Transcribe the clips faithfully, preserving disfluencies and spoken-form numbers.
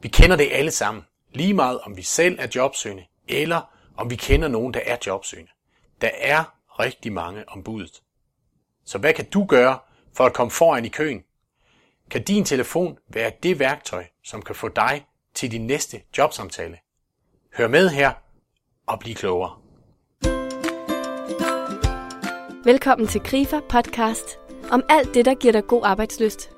Vi kender det alle sammen, lige meget om vi selv er jobsøgende, eller om vi kender nogen, der er jobsøgende. Der er rigtig mange om budet. Så hvad kan du gøre for at komme foran i køen? Kan din telefon være det værktøj, som kan få dig til din næste jobsamtale? Hør med her og bliv klogere. Velkommen til Krifa podcast om alt det, der giver dig god arbejdslyst.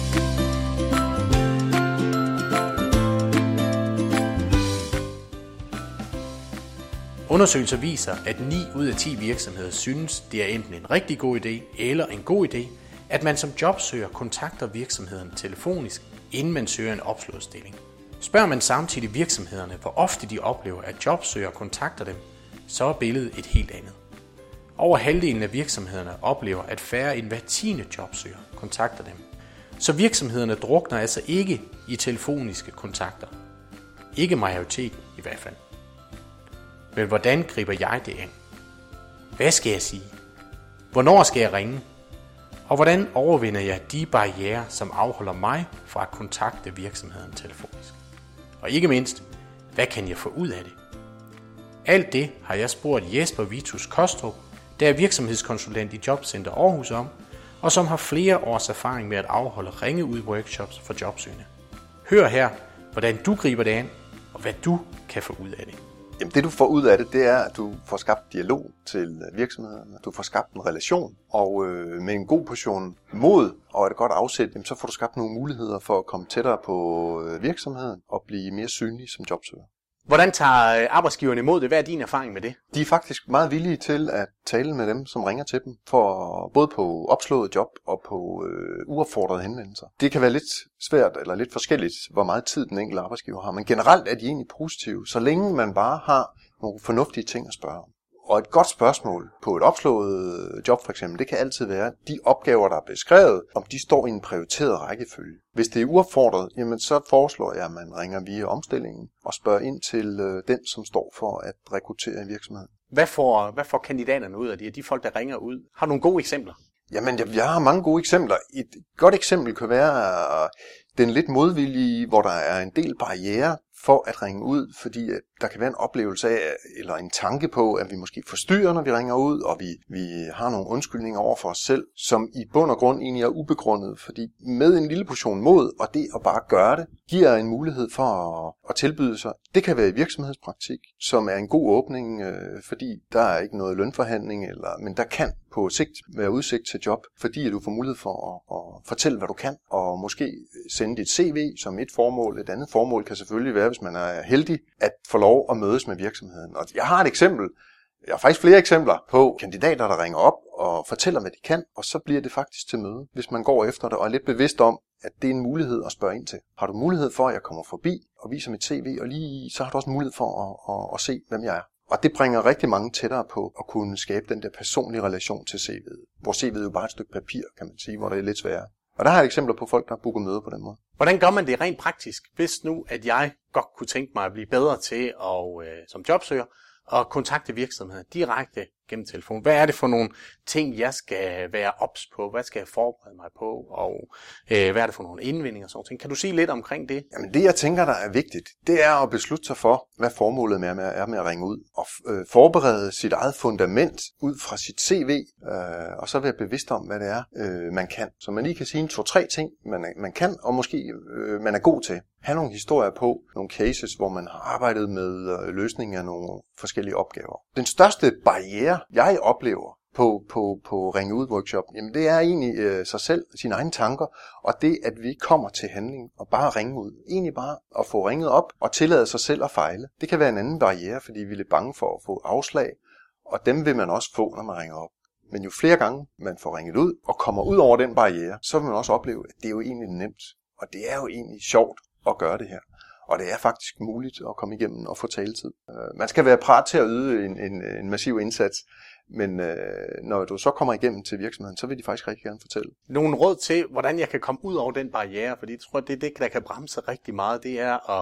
Undersøgelser viser, at ni ud af ti virksomheder synes, det er enten en rigtig god idé eller en god idé, at man som jobsøger kontakter virksomheden telefonisk, inden man søger en opslået stilling. Spørger man samtidig virksomhederne, hvor ofte de oplever, at jobsøgere kontakter dem, så er billedet et helt andet. Over halvdelen af virksomhederne oplever, at færre end hver tiende jobsøger kontakter dem. Så virksomhederne drukner altså ikke i telefoniske kontakter. Ikke majoriteten i hvert fald. Men hvordan griber jeg det an? Hvad skal jeg sige? Hvornår skal jeg ringe? Og hvordan overvinder jeg de barrierer, som afholder mig fra at kontakte virksomheden telefonisk? Og ikke mindst, hvad kan jeg få ud af det? Alt det har jeg spurgt Jesper Vitus Kostrup, der er virksomhedskonsulent i Jobcenter Aarhus om, og som har flere års erfaring med at afholde ringe-ud-workshops for jobsøgende. Hør her, hvordan du griber det an, og hvad du kan få ud af det. Jamen, det du får ud af det, det er, at du får skabt dialog til virksomhederne. Du får skabt en relation, og øh, med en god portion mod og et godt afsæt, jamen, så får du skabt nogle muligheder for at komme tættere på virksomheden og blive mere synlig som jobsøger. Hvordan tager arbejdsgiverne imod det? Hvad er din erfaring med det? De er faktisk meget villige til at tale med dem, som ringer til dem, for både på opslået job og på øh, uopfordrede henvendelser. Det kan være lidt svært eller lidt forskelligt, hvor meget tid den enkelte arbejdsgiver har, men generelt er de egentlig positive, så længe man bare har nogle fornuftige ting at spørge om. Og et godt spørgsmål på et opslået job for eksempel, det kan altid være, de opgaver, der er beskrevet, om de står i en prioriteret rækkefølge. Hvis det er uopfordret, jamen så foreslår jeg, at man ringer via omstillingen og spørger ind til øh, den, som står for at rekruttere en virksomhed. Hvad får, hvad får kandidaterne ud af det? De folk, der ringer ud. Har du nogle gode eksempler? Jamen, jeg, jeg har mange gode eksempler. Et godt eksempel kan være den lidt modvillige, hvor der er en del barrierer for at ringe ud, fordi der kan være en oplevelse af, eller en tanke på, at vi måske forstyrrer, når vi ringer ud, og vi, vi har nogle undskyldninger over for os selv, som i bund og grund egentlig er ubegrundet, fordi med en lille portion mod, og det at bare gøre det, giver en mulighed for at, at tilbyde sig. Det kan være i virksomhedspraktik, som er en god åbning, øh, fordi der er ikke noget lønforhandling, eller, men der kan på sigt være udsigt til job, fordi du får mulighed for at, at fortælle, hvad du kan, og måske sende dit C V som et formål. Et andet formål kan selvfølgelig være, hvis man er heldig, at få lov at mødes med virksomheden. Og jeg har et eksempel, jeg har faktisk flere eksempler på kandidater, der ringer op og fortæller, hvad de kan, og så bliver det faktisk til møde, hvis man går efter det og er lidt bevidst om, at det er en mulighed at spørge ind til. Har du mulighed for, at jeg kommer forbi og viser mit C V, og lige så har du også mulighed for at, at, at se, hvem jeg er. Og det bringer rigtig mange tættere på at kunne skabe den der personlige relation til C V'et. Hvor C V'et jo bare er et stykke papir, kan man sige, hvor det er lidt sværere. Og der har jeg eksempler på folk, der har booket møder på den måde. Hvordan gør man det rent praktisk, hvis nu, at jeg godt kunne tænke mig at blive bedre til at, øh, som jobsøger og kontakte virksomheder direkte gennem telefon? Hvad er det for nogle ting, jeg skal være ops på? Hvad skal jeg forberede mig på? Og øh, hvad er det for nogle indvendinger og sådan ting? Kan du sige lidt omkring det? Jamen det, jeg tænker, der er vigtigt, det er at beslutte sig for, hvad formålet med er med at ringe ud. Og øh, forberede sit eget fundament ud fra sit C V, øh, og så være bevidst om, hvad det er, øh, man kan. Så man lige kan sige en to-tre ting, man, man kan, og måske øh, man er god til. Ha' nogle historier på, nogle cases, hvor man har arbejdet med øh, løsningen af nogle forskellige opgaver. Den største barriere, jeg oplever på, på, på ringe ud workshop, jamen det er egentlig øh, sig selv, sine egne tanker, og det, at vi kommer til handling og bare ringe ud. Egentlig bare at få ringet op og tillade sig selv at fejle. Det kan være en anden barriere, fordi vi er lidt bange for at få afslag, og dem vil man også få, når man ringer op. Men jo flere gange man får ringet ud og kommer ud over den barriere, så vil man også opleve, at det er jo egentlig nemt. Og det er jo egentlig sjovt at gøre det her. Og det er faktisk muligt at komme igennem og få taletid. Man skal være parat til at yde en, en, en massiv indsats, men øh, når du så kommer igennem til virksomheden, så vil de faktisk rigtig gerne fortælle. Nogle råd til, hvordan jeg kan komme ud over den barriere, fordi jeg tror, det er det, der kan bremse rigtig meget, det er at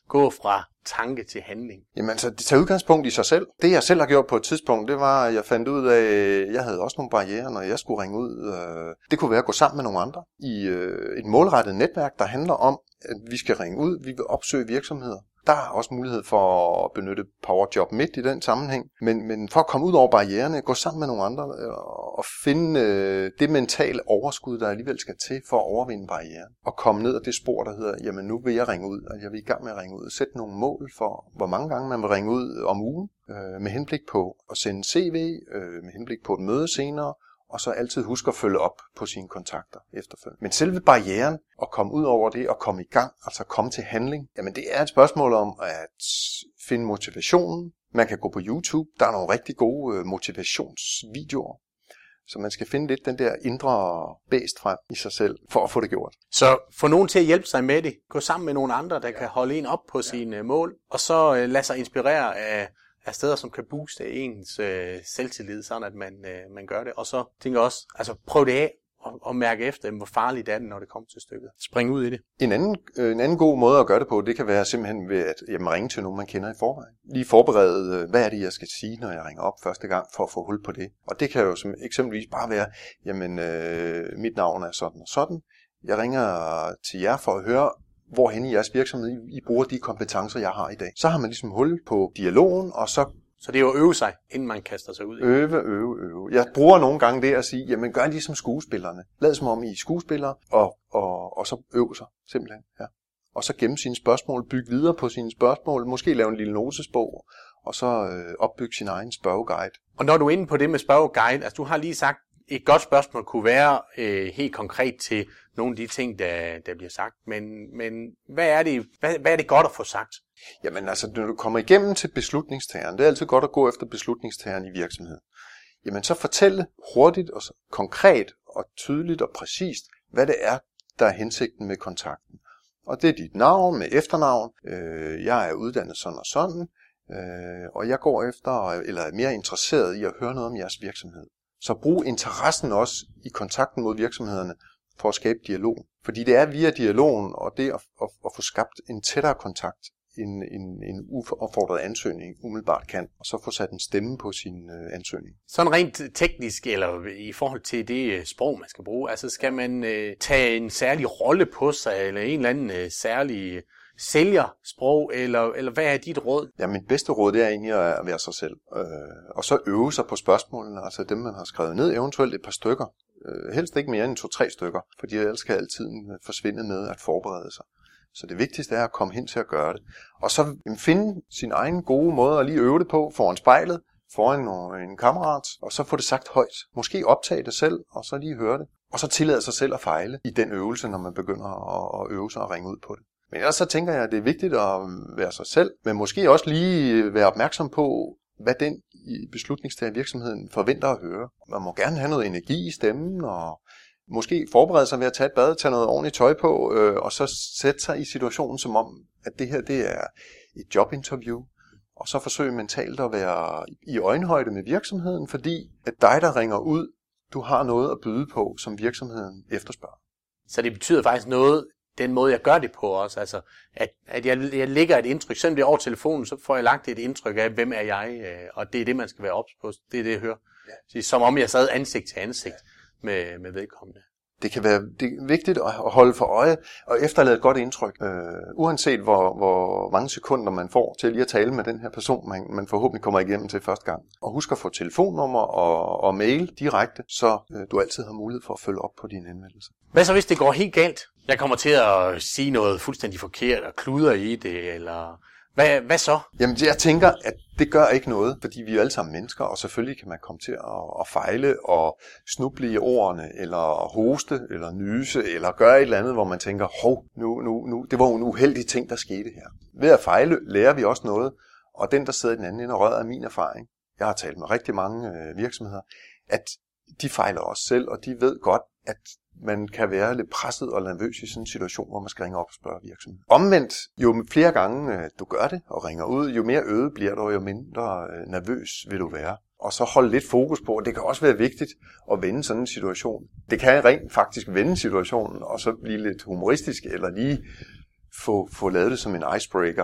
gå fra tanke til handling? Jamen altså, det tager udgangspunkt i sig selv. Det jeg selv har gjort på et tidspunkt, det var, at jeg fandt ud af, at jeg havde også nogle barrierer, når jeg skulle ringe ud. Det kunne være at gå sammen med nogle andre i et målrettet netværk, der handler om, at vi skal ringe ud, vi vil opsøge virksomheder. Der er også mulighed for at benytte PowerJob midt i den sammenhæng, men, men for at komme ud over barriererne, gå sammen med nogle andre og finde øh, det mentale overskud, der alligevel skal til for at overvinde barrieren. Og komme ned ad det spor, der hedder, jamen nu vil jeg ringe ud, og jeg vil i gang med at ringe ud. Sætte nogle mål for, hvor mange gange man vil ringe ud om ugen, øh, med henblik på at sende C V, øh, med henblik på et møde senere, og så altid huske at følge op på sine kontakter efterfølgende. Men selve barrieren, at komme ud over det og komme i gang, altså komme til handling, jamen det er et spørgsmål om at finde motivationen. Man kan gå på YouTube, der er nogle rigtig gode motivationsvideoer, så man skal finde lidt den der indre bæst frem i sig selv, for at få det gjort. Så få nogen til at hjælpe sig med det. Gå sammen med nogle andre, der ja. kan holde en op på ja. sine mål, og så uh, lade sig inspirere af af steder, som kan booste ens øh, selvtillid, sådan at man, øh, man gør det. Og så tænker jeg også, altså prøv det af og, og mærke efter, hvor farligt er det, når det kommer til stykket. Spring ud i det. En anden, øh, en anden god måde at gøre det på, det kan være simpelthen ved at jamen, ringe til nogen, man kender i forvejen. Lige forberede, øh, hvad er det, jeg skal sige, når jeg ringer op første gang, for at få hul på det. Og det kan jo som eksempelvis bare være, jamen øh, mit navn er sådan og sådan. Jeg ringer til jer for at høre, hvorhen i jeres virksomhed I bruger de kompetencer, jeg har i dag. Så har man ligesom hul på dialogen, og så... Så det er jo at øve sig, inden man kaster sig ud i. Øve, øve, øve. Jeg bruger nogle gange det at sige, jamen gør ligesom skuespillerne. Lad som om I er skuespillere, og, og, og så øve sig, simpelthen. Ja. Og så gemme sine spørgsmål, bygge videre på sine spørgsmål, måske lave en lille notesbog, og så øh, opbygge sin egen spørgeguide. Og når du er inde på det med spørgeguide, altså du har lige sagt, et godt spørgsmål kunne være øh, helt konkret til nogle af de ting, der, der bliver sagt. Men, men hvad, er det, hvad, hvad er det godt at få sagt? Jamen altså, når du kommer igennem til beslutningstageren, det er altid godt at gå efter beslutningstageren i virksomheden. Jamen så fortælle hurtigt og konkret og tydeligt og præcist, hvad det er, der er hensigten med kontakten. Og det er dit navn med efternavn. Øh, jeg er uddannet sådan og sådan, øh, og jeg går efter, eller er mere interesseret i at høre noget om jeres virksomhed. Så brug interessen også i kontakten mod virksomhederne for at skabe dialog. Fordi det er via dialogen og det at, at, at få skabt en tættere kontakt, en, en, en uopfordret ansøgning umiddelbart kan, og så få sat en stemme på sin øh, ansøgning. Sådan rent teknisk, eller i forhold til det sprog, man skal bruge, altså skal man øh, tage en særlig rolle på sig, eller en eller anden øh, særlig sælgersprog, eller, eller hvad er dit råd? Ja, mit bedste råd det er egentlig at være sig selv. Øh, og så øve sig på spørgsmålene, altså dem, man har skrevet ned, eventuelt et par stykker. Øh, helst ikke mere end to-tre stykker, fordi ellers kan altid forsvinde med at forberede sig. Så det vigtigste er at komme hen til at gøre det. Og så finde sin egen gode måde at lige øve det på foran spejlet, foran en kammerat, og så få det sagt højt. Måske optage det selv, og så lige høre det. Og så tillade sig selv at fejle i den øvelse, når man begynder at øve sig og ringe ud på det. Men ellers så tænker jeg, at det er vigtigt at være sig selv, men måske også lige være opmærksom på, hvad den i beslutningstager virksomheden forventer at høre. Man må gerne have noget energi i stemmen, og måske forberede sig ved at tage et bad, tage noget ordentligt tøj på, øh, og så sætte sig i situationen som om, at det her det er et jobinterview, og så forsøge mentalt at være i øjenhøjde med virksomheden, fordi at dig, der ringer ud, du har noget at byde på, som virksomheden efterspørger. Så det betyder faktisk noget, den måde, jeg gør det på også, altså, at, at jeg, jeg lægger et indtryk, selvom det er over telefonen, så får jeg lagt et indtryk af, hvem er jeg, og det er det, man skal være ops på, det er det, jeg hører. Ja. Som om jeg sad ansigt til ansigt ja. med, med vedkommende. Det kan være det er vigtigt at holde for øje og efterlade et godt indtryk, øh, uanset hvor, hvor mange sekunder man får til lige at tale med den her person, man, man forhåbentlig kommer igennem til første gang. Og husk at få telefonnummer og, og mail direkte, så øh, du altid har mulighed for at følge op på dine henvendelser. Hvad så hvis det går helt galt? Jeg kommer til at sige noget fuldstændig forkert og kluder i det, eller hvad, hvad så? Jamen jeg tænker, at det gør ikke noget, fordi vi er alle sammen mennesker, og selvfølgelig kan man komme til at, at fejle og snuble i ordene, eller hoste, eller nyse, eller gøre et eller andet, hvor man tænker, hov, nu, nu, nu, det var jo en uheldig ting, der skete her. Ved at fejle lærer vi også noget, og den, der sidder i den anden ende af røret, er min erfaring. Jeg har talt med rigtig mange øh, virksomheder, at de fejler også selv, og de ved godt, at man kan være lidt presset og nervøs i sådan en situation, hvor man skal ringe op og spørge virksomheden. Omvendt, jo flere gange du gør det og ringer ud, jo mere øget bliver du, jo mindre nervøs vil du være. Og så holde lidt fokus på, og det kan også være vigtigt at vende sådan en situation. Det kan rent faktisk vende situationen, og så blive lidt humoristisk, eller lige få, få lavet det som en icebreaker,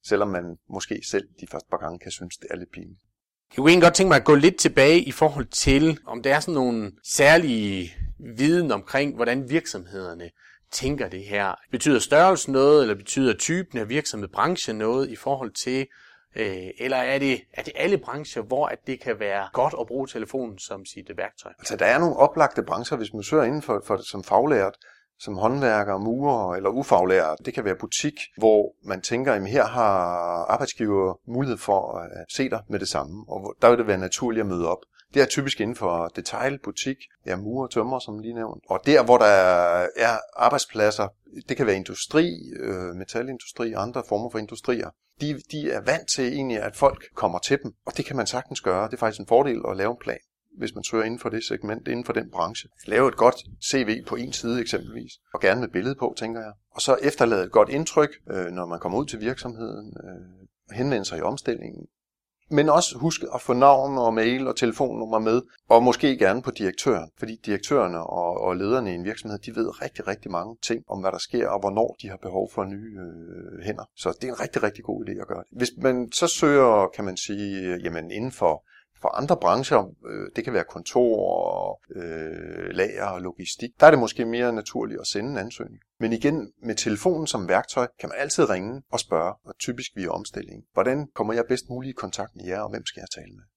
selvom man måske selv de første par gange kan synes, det er lidt pinligt. Jeg kunne egentlig godt tænke mig at gå lidt tilbage i forhold til, om der er sådan nogle særlige viden omkring, hvordan virksomhederne tænker det her. Betyder størrelsen noget, eller betyder typen af virksomhed, branche noget i forhold til, øh, eller er det, er det alle brancher, hvor at det kan være godt at bruge telefonen som sit værktøj? Altså der er nogle oplagte brancher, hvis man søger inden for, for som faglært, som håndværker, murer eller ufaglært. Det kan være butik, hvor man tænker, at her har arbejdsgiver mulighed for at se dig med det samme, og der vil det være naturligt at møde op. Det er typisk inden for detail, butik, ja, murer, tømrer, som lige nævnt. Og der, hvor der er arbejdspladser, det kan være industri, øh, metalindustri og andre former for industrier. De, de er vant til egentlig, at folk kommer til dem, og det kan man sagtens gøre. Det er faktisk en fordel at lave en plan, hvis man søger inden for det segment, inden for den branche. Lave et godt C V på en side eksempelvis, og gerne med billede på, tænker jeg. Og så efterlade et godt indtryk, øh, når man kommer ud til virksomheden, øh, henvende sig i omstillingen. Men også huske at få navn og mail og telefonnummer med, og måske gerne på direktøren. Fordi direktørerne og, og lederne i en virksomhed, de ved rigtig, rigtig mange ting om, hvad der sker, og hvornår de har behov for nye øh, hænder. Så det er en rigtig, rigtig god idé at gøre det. Hvis man så søger, kan man sige, jamen inden for For andre brancher, øh, det kan være kontor, øh, lager og logistik, der er det måske mere naturligt at sende en ansøgning. Men igen, med telefonen som værktøj, kan man altid ringe og spørge, og typisk via omstilling. Hvordan kommer jeg bedst muligt i kontakt med jer, og hvem skal jeg tale med?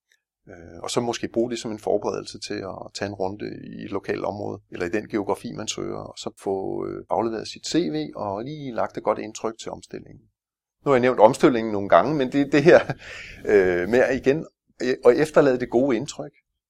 Øh, og så måske bruge det som en forberedelse til at tage en runde i et lokalt område, eller i den geografi, man søger, og så få øh, afleveret sit C V og lige lagt et godt indtryk til omstillingen. Nu har jeg nævnt omstillingen nogle gange, men det, det her øh, med igen og efterlade det gode indtryk.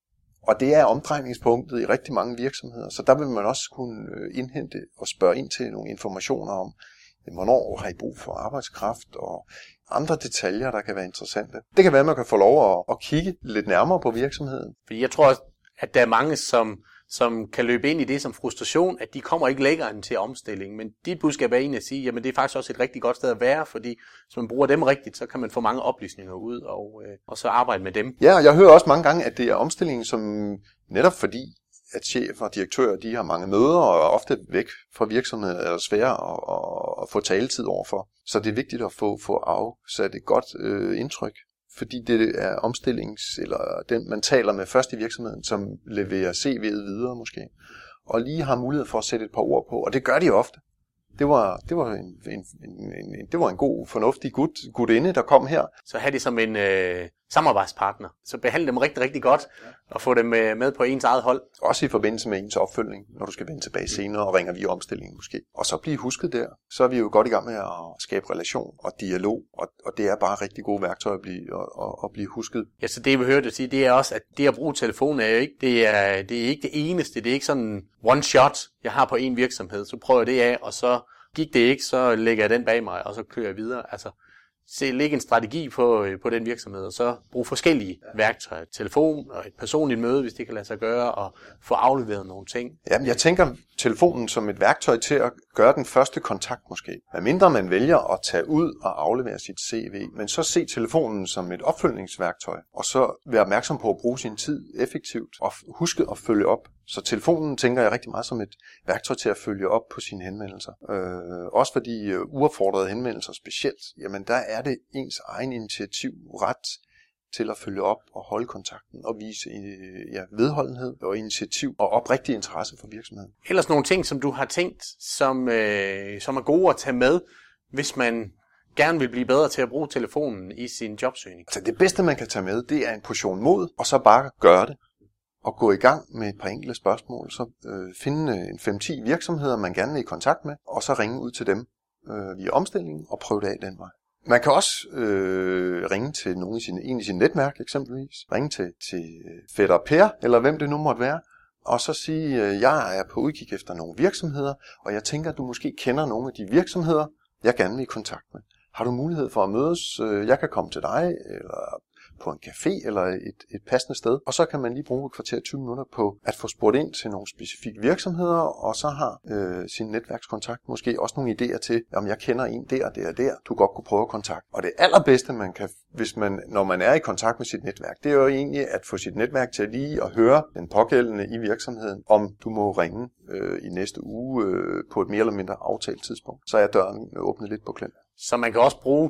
Og det er omdrejningspunktet i rigtig mange virksomheder, så der vil man også kunne indhente og spørge ind til nogle informationer om, hvornår har I brug for arbejdskraft og andre detaljer, der kan være interessante. Det kan være, at man kan få lov at, at kigge lidt nærmere på virksomheden. Fordi jeg tror også, at der er mange, som, som kan løbe ind i det som frustration, at de kommer ikke længere end til omstilling. Men dit budskab er egentlig at sige, jamen det er faktisk også et rigtig godt sted at være, fordi hvis man bruger dem rigtigt, så kan man få mange oplysninger ud og, øh, og så arbejde med dem. Ja, og jeg hører også mange gange, at det er omstillingen, som netop fordi, at chefer og direktører, de har mange møder og er ofte væk fra virksomheden, er svære at, at, at få taletid overfor. Så det er vigtigt at få, få afsat et godt øh, indtryk. Fordi det er omstillings, eller den, man taler med først i virksomheden, som leverer C V'et videre måske, og lige har mulighed for at sætte et par ord på, og det gør de ofte. Det var, det var, en, en, en, en, det var en god, fornuftig gut, gutinde, der kom her. Så have det som en øh, samarbejdspartner. Så behandle dem rigtig, rigtig godt, og få dem øh, med på ens eget hold. Også i forbindelse med ens opfølgning, når du skal vende tilbage senere og ringer via omstillingen måske. Og så blive husket der. Så er vi jo godt i gang med at skabe relation og dialog, og, og det er bare rigtig gode værktøjer at blive, at, at, at blive husket. Ja, så det vi hørte sige, det er også, at det at bruge telefonen er jo ikke det, er, det er ikke det eneste. Det er ikke sådan one shot, jeg har på en virksomhed, så prøver jeg det af, og så gik det ikke, så lægger jeg den bag mig, og så kører jeg videre. Altså, se, lægge en strategi på, på den virksomhed, og så bruge forskellige værktøjer. Telefon og et personligt møde, hvis det kan lade sig gøre, og få afleveret nogle ting. Jamen, jeg tænker telefonen som et værktøj til at gøre den første kontakt måske. Hvad mindre man vælger at tage ud og aflevere sit C V, men så se telefonen som et opfølgningsværktøj, og så være opmærksom på at bruge sin tid effektivt, og huske at følge op. Så telefonen tænker jeg rigtig meget som et værktøj til at følge op på sine henvendelser. Øh, også fordi øh, uopfordrede henvendelser specielt, jamen der er det ens egen initiativ ret til at følge op og holde kontakten og vise øh, ja, vedholdenhed og initiativ og oprigtig interesse for virksomheden. Ellers nogle ting, som du har tænkt, som, øh, som er gode at tage med, hvis man gerne vil blive bedre til at bruge telefonen i sin jobsøgning. Altså det bedste, man kan tage med, det er en portion mod, og så bare gøre det. Og gå i gang med et par enkelte spørgsmål, så øh, finde en fem til ti virksomheder, man gerne vil i kontakt med, og så ringe ud til dem øh, via omstillingen og prøve det af den vej. Man kan også øh, ringe til nogen i sin, en i sin netværk eksempelvis, ringe til, til fætter Per, eller hvem det nu måtte være, og så sige, øh, jeg er på udkig efter nogle virksomheder, og jeg tænker, at du måske kender nogle af de virksomheder, jeg gerne vil i kontakt med. Har du mulighed for at mødes? Jeg kan komme til dig, eller på en café eller et, et passende sted. Og så kan man lige bruge et kvarter tyve minutter på at få spurgt ind til nogle specifikke virksomheder, og så har øh, sin netværkskontakt måske også nogle idéer til, om jeg kender en der, der og der, du godt kunne prøve at kontakte. Og det allerbedste, man kan, hvis man, når man er i kontakt med sit netværk, det er jo egentlig at få sit netværk til lige at høre den pågældende i virksomheden, om du må ringe øh, i næste uge øh, på et mere eller mindre aftalt tidspunkt. Så er døren åbnet lidt på klem. Så man kan også bruge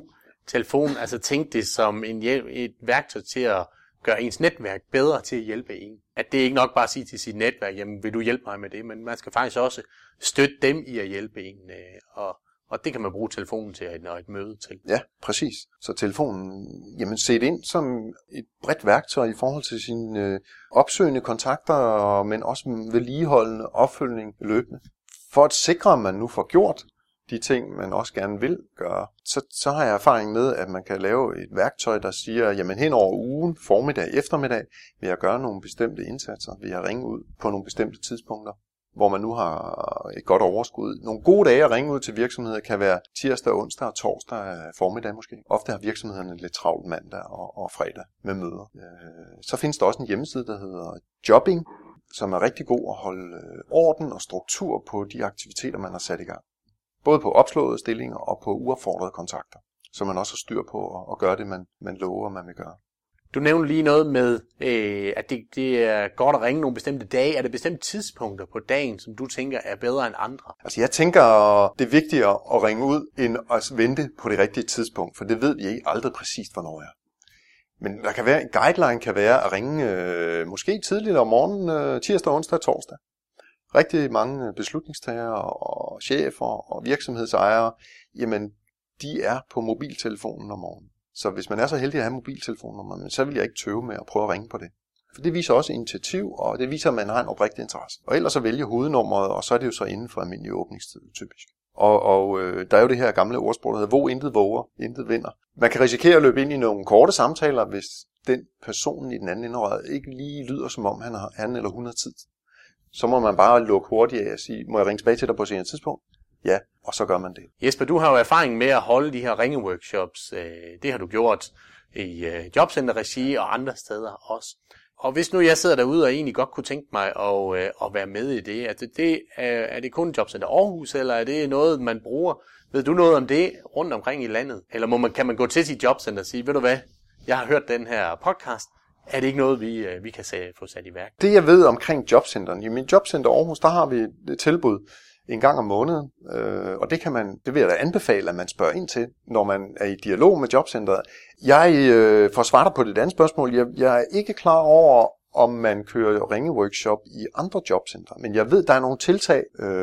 telefonen, altså tænk det som en hjælp, et værktøj til at gøre ens netværk bedre til at hjælpe en. At det ikke nok bare at sige til sit netværk, jamen vil du hjælpe mig med det, men man skal faktisk også støtte dem i at hjælpe en, og, og det kan man bruge telefonen til, og et møde til. Ja, præcis. Så telefonen, jamen set ind som et bredt værktøj i forhold til sine øh, opsøgende kontakter, men også vedligeholdende opfølgning løbende. For at sikre, at man nu får gjort de ting, man også gerne vil gøre, så, så har jeg erfaring med, at man kan lave et værktøj, der siger, jamen hen over ugen, formiddag, eftermiddag, vil jeg gøre nogle bestemte indsatser, vil jeg ringe ud på nogle bestemte tidspunkter, hvor man nu har et godt overskud. Nogle gode dage at ringe ud til virksomheder kan være tirsdag, onsdag og torsdag formiddag måske. Ofte har virksomhederne lidt travlt mandag og, og fredag med møder. Så findes der også en hjemmeside, der hedder Jobbing, som er rigtig god at holde orden og struktur på de aktiviteter, man har sat i gang. Både på opslåede stillinger og på uopfordrede kontakter, så man også har styr på at gøre det, man, man lover, man vil gøre. Du nævnte lige noget med, øh, at det, det er godt at ringe nogle bestemte dage. Er det bestemte tidspunkter på dagen, som du tænker er bedre end andre? Altså jeg tænker, det er vigtigere at ringe ud, end at vente på det rigtige tidspunkt, for det ved vi ikke aldrig præcist, hvornår er. Men der kan være, en guideline kan være at ringe øh, måske tidligt om morgenen, øh, tirsdag, onsdag og torsdag. Rigtig mange beslutningstagere og chefer og virksomhedsejere, jamen de er på mobiltelefonen om morgenen. Så hvis man er så heldig at have mobiltelefonnummer, så vil jeg ikke tøve med at prøve at ringe på det. For det viser også initiativ, og det viser, at man har en oprigtig interesse. Og ellers så vælge hovednummeret, og så er det jo så inden for almindelig åbningstid, typisk. Og, og øh, der er jo det her gamle ordsprog, der hedder, hvor intet våger, intet vinder. Man kan risikere at løbe ind i nogle korte samtaler, hvis den person i den anden ende ikke lige lyder, som om han, har, han eller hun har tid. Så må man bare lukke hurtigt af og sige, må jeg ringe tilbage til dig på et senere tidspunkt? Ja, og så gør man det. Jesper, du har jo erfaring med at holde de her ringeworkshops. Det har du gjort i jobcenterregi og andre steder også. Og hvis nu jeg sidder derude og egentlig godt kunne tænke mig at, at være med i det, er det, det, er det kun Jobcenter Aarhus, eller er det noget, man bruger? Ved du noget om det rundt omkring i landet? Eller må man, kan man gå til sit jobcenter og sige, ved du hvad, jeg har hørt den her podcast, er det ikke noget, vi, vi kan få sat i værk? Det jeg ved omkring jobcenteren, i min Jobcenter Aarhus, der har vi et tilbud en gang om måneden, øh, og det kan man, det vil jeg da anbefale, at man spørger ind til, når man er i dialog med jobcenteret. Jeg øh, får svaret på det andet spørgsmål. Jeg, jeg er ikke klar over, om man kører ringeworkshop i andre jobcenter, men jeg ved, der er nogle tiltag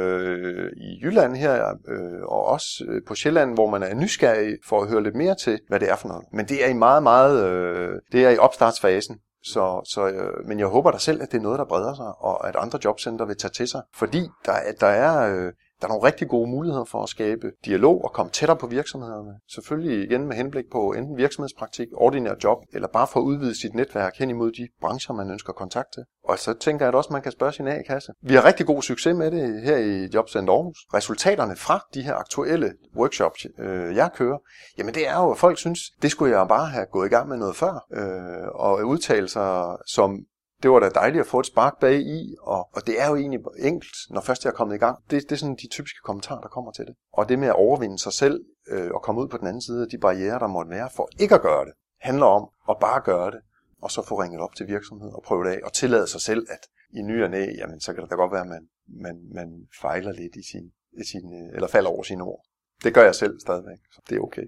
øh, i Jylland her, øh, og også øh, på Sjælland, hvor man er nysgerrig for at høre lidt mere til, hvad det er for noget. Men det er i meget, meget, øh, det er i opstartsfasen. Så, så, øh, men jeg håber da selv, at det er noget, der breder sig, og at andre jobcenter vil tage til sig. Fordi der, er, der, er, øh, der er nogle rigtig gode muligheder for at skabe dialog og komme tættere på virksomhederne. Selvfølgelig igen med henblik på enten virksomhedspraktik, ordinær job, eller bare for at udvide sit netværk hen imod de brancher, man ønsker kontakt til. Og så tænker jeg at også, at man kan spørge sin A-kasse. Vi har rigtig god succes med det her i Jobcenter Aarhus. Resultaterne fra de her aktuelle workshops, øh, jeg kører, jamen det er jo, at folk synes, det skulle jeg bare have gået i gang med noget før, øh, og udtale sig som, det var da dejligt at få et spark bag i, og, og det er jo egentlig enkelt, når først jeg er kommet i gang. Det, det er sådan de typiske kommentarer, der kommer til det. Og det med at overvinde sig selv øh, og komme ud på den anden side af de barrierer, der måtte være for ikke at gøre det, handler om at bare gøre det, og så få ringet op til virksomheden og prøve det af, og tillade sig selv, at i ny og næ, jamen så kan det da godt være, at man, man, man fejler lidt i sin, i sin, eller falder over sine ord. Det gør jeg selv stadigvæk, så det er okay.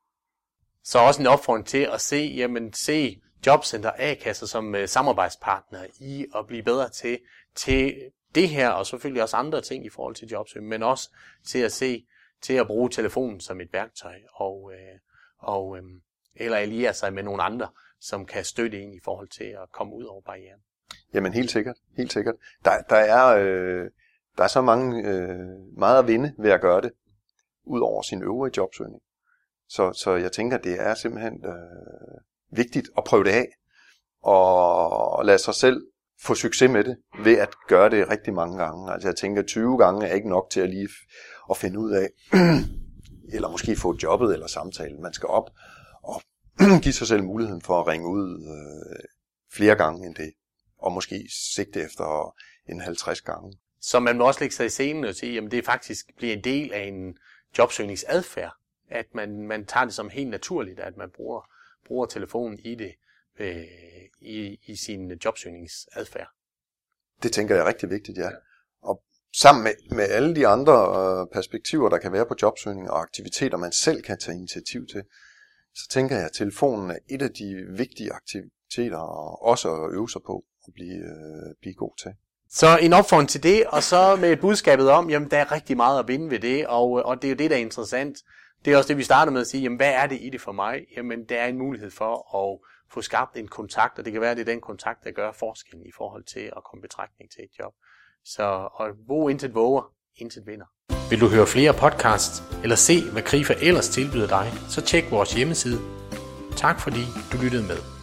Så også en opfordring til at se, jamen se Jobcenter A-kasser som uh, samarbejdspartner i at blive bedre til, til det her, og selvfølgelig også andre ting i forhold til jobsøgning, men også til at se, til at bruge telefonen som et værktøj, og, uh, og um, eller alliere sig med nogle andre, som kan støtte en i forhold til at komme ud over barrieren. Jamen helt sikkert, helt sikkert. Der, der, er, øh, der er så mange øh, meget at vinde ved at gøre det, ud over sin øvrige jobsøgning. Så, så jeg tænker, det er simpelthen øh, vigtigt at prøve det af, og lade sig selv få succes med det, ved at gøre det rigtig mange gange. Altså jeg tænker, tyve gange er ikke nok til at lige f- at finde ud af, eller måske få jobbet eller samtalen. Man skal op og give sig selv muligheden for at ringe ud øh, flere gange end det, og måske sigte efter en halvtreds gange. Så man må også lægge sig i scenen og sige, at det faktisk bliver en del af en jobsøgningsadfærd, at man, man tager det som helt naturligt, at man bruger, bruger telefonen i det, øh, i, i sin jobsøgningsadfærd. Det tænker jeg er rigtig vigtigt, ja. Og sammen med, med alle de andre øh, perspektiver, der kan være på jobsøgning og aktiviteter, man selv kan tage initiativ til, så tænker jeg, at telefonen er et af de vigtige aktiviteter, og også at øve sig på at blive, øh, blive god til. Så en opfordring til det, og så med budskabet om, jamen der er rigtig meget at vinde ved det, og, og det er jo det, der er interessant. Det er også det, vi startede med at sige, jamen hvad er det i det for mig? Jamen der er en mulighed for at få skabt en kontakt, og det kan være, at det er den kontakt, der gør forskellen i forhold til at komme betragtning til et job. Så og hvor intet våger, intet vinder. Vil du høre flere podcasts, eller se, hvad Krifa ellers tilbyder dig, så tjek vores hjemmeside. Tak fordi du lyttede med.